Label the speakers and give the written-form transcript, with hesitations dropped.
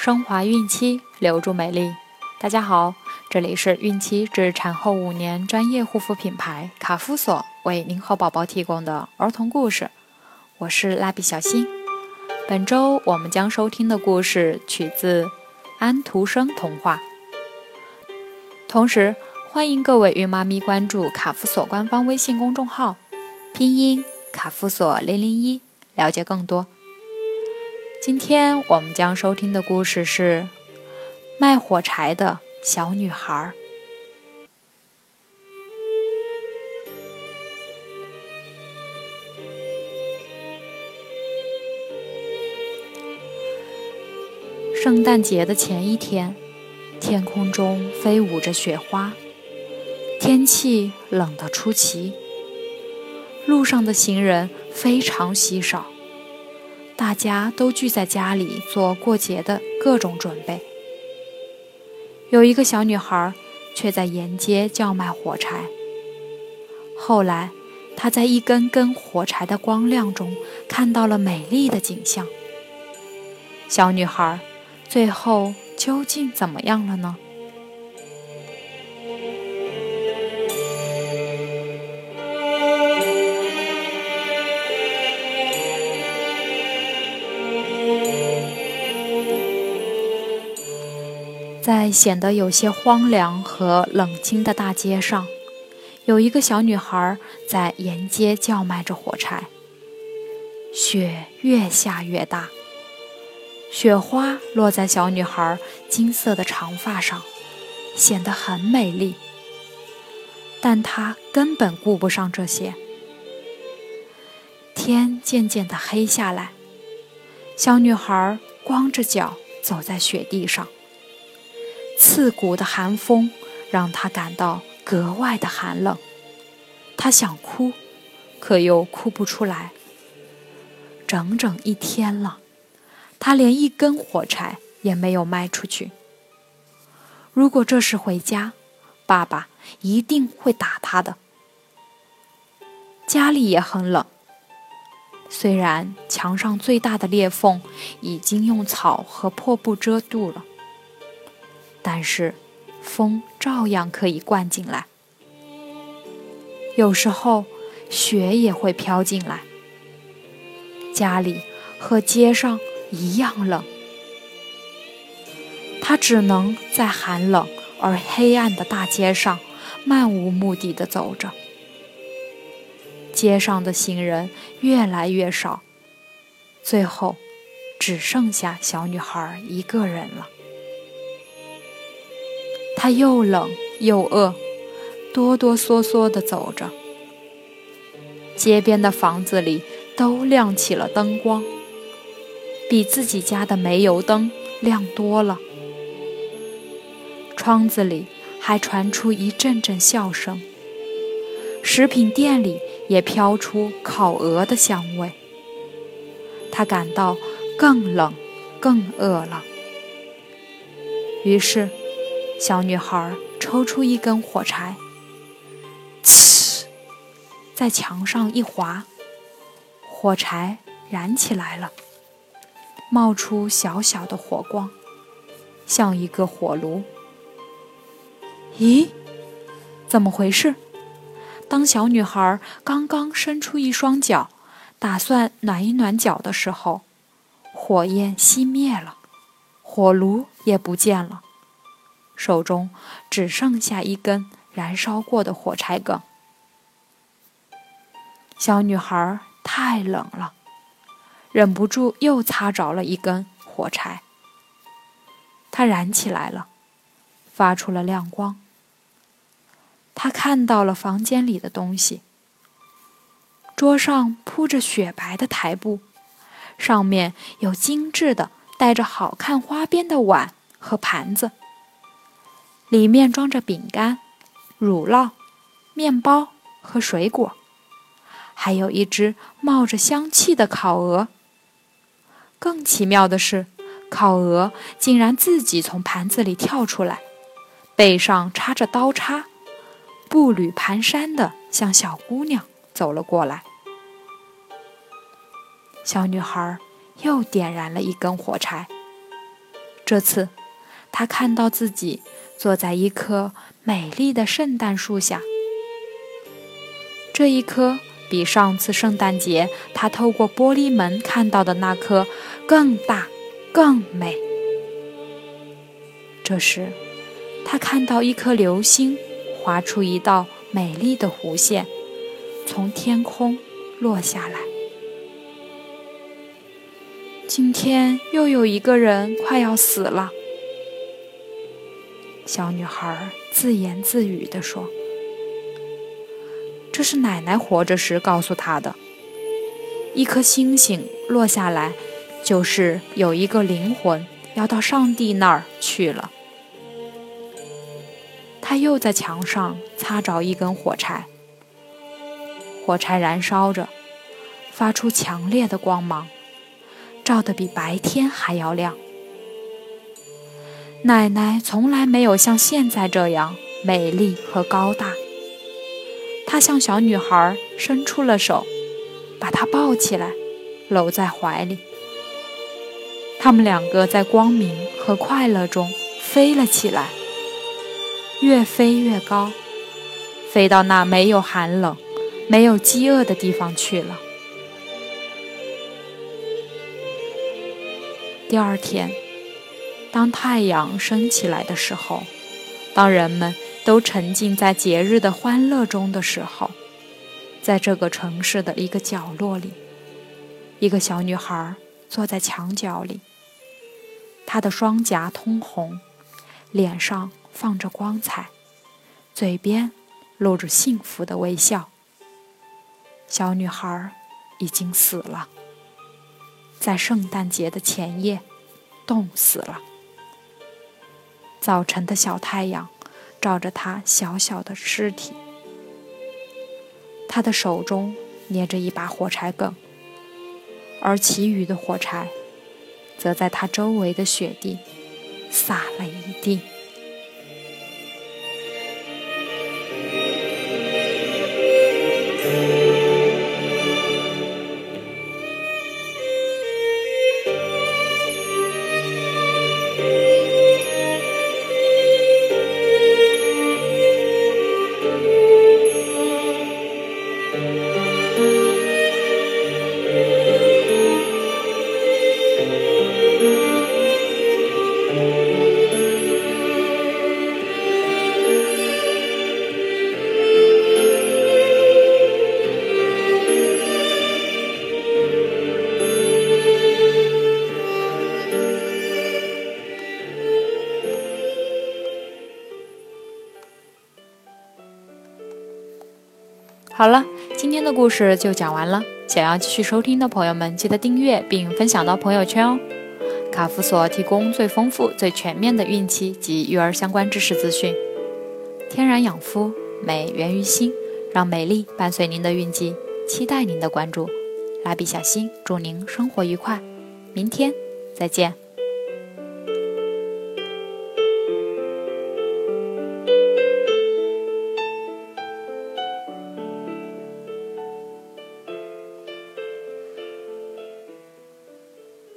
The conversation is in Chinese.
Speaker 1: 升华孕期，留住美丽。大家好，这里是孕期至产后5年专业护肤品牌卡夫索为您和宝宝提供的儿童故事，我是蜡笔小新。本周我们将收听的故事取自安徒生童话。同时欢迎各位孕妈咪关注卡夫索官方微信公众号，拼音卡夫索001，了解更多。今天我们将收听的故事是卖火柴的小女孩。圣诞节的前一天，天空中飞舞着雪花，天气冷得出奇，路上的行人非常稀少，大家都聚在家里做过节的各种准备。有一个小女孩却在沿街叫卖火柴。后来她在一根根火柴的光亮中看到了美丽的景象。小女孩最后究竟怎么样了呢？在显得有些荒凉和冷清的大街上，有一个小女孩在沿街叫卖着火柴。雪越下越大，雪花落在小女孩金色的长发上，显得很美丽。但她根本顾不上这些。天渐渐地黑下来，小女孩光着脚走在雪地上。刺骨的寒风让她感到格外的寒冷，她想哭，可又哭不出来。整整1天了，她连一根火柴也没有卖出去。如果这时回家，爸爸一定会打她的。家里也很冷，虽然墙上最大的裂缝已经用草和破布遮住了，但是风照样可以灌进来，有时候雪也会飘进来。家里和街上一样冷，他只能在寒冷而黑暗的大街上漫无目的地走着。街上的行人越来越少，最后只剩下小女孩一个人了。她又冷又饿，哆哆嗦嗦地走着。街边的房子里都亮起了灯光，比自己家的煤油灯亮多了。窗子里还传出一阵阵笑声，食品店里也飘出烤鹅的香味。她感到更冷更饿了。于是小女孩抽出一根火柴，呲，在墙上一划，火柴燃起来了，冒出小小的火光，像一个火炉。咦，怎么回事？当小女孩刚刚伸出一双脚，打算暖一暖脚的时候，火焰熄灭了，火炉也不见了。手中只剩下一根燃烧过的火柴梗。小女孩太冷了，忍不住又擦着了一根火柴。它燃起来了，发出了亮光。她看到了房间里的东西。桌上铺着雪白的台布，上面有精致的带着好看花边的碗和盘子，里面装着饼干、乳酪、面包和水果，还有一只冒着香气的烤鹅。更奇妙的是，烤鹅竟然自己从盘子里跳出来，背上插着刀叉，步履蹒跚地向小姑娘走了过来。小女孩又点燃了一根火柴， 这次他看到自己坐在一棵美丽的圣诞树下，这一棵比上次圣诞节他透过玻璃门看到的那棵更大更美。这时他看到一颗流星划出一道美丽的弧线，从天空落下来。今天又有一个人快要死了，小女孩自言自语地说。这是奶奶活着时告诉她的，一颗星星落下来，就是有一个灵魂要到上帝那儿去了。她又在墙上擦着一根火柴，火柴燃烧着，发出强烈的光芒，照得比白天还要亮。奶奶从来没有像现在这样美丽和高大。她向小女孩伸出了手，把她抱起来，搂在怀里。他们两个在光明和快乐中飞了起来，越飞越高，飞到那没有寒冷、没有饥饿的地方去了。第二天，当太阳升起来的时候，当人们都沉浸在节日的欢乐中的时候，在这个城市的一个角落里，一个小女孩坐在墙角里，她的双颊通红，脸上放着光彩，嘴边露着幸福的微笑。小女孩已经死了，在圣诞节的前夜冻死了。早晨的小太阳照着她小小的尸体，她的手中捏着一把火柴梗，而其余的火柴则在她周围的雪地洒了一地。好了，今天的故事就讲完了。想要继续收听的朋友们，记得订阅并分享到朋友圈哦。卡夫所提供最丰富、最全面的孕期及育儿相关知识资讯。天然养肤，美源于心，让美丽伴随您的孕期，期待您的关注。蜡笔小新，祝您生活愉快，明天再见。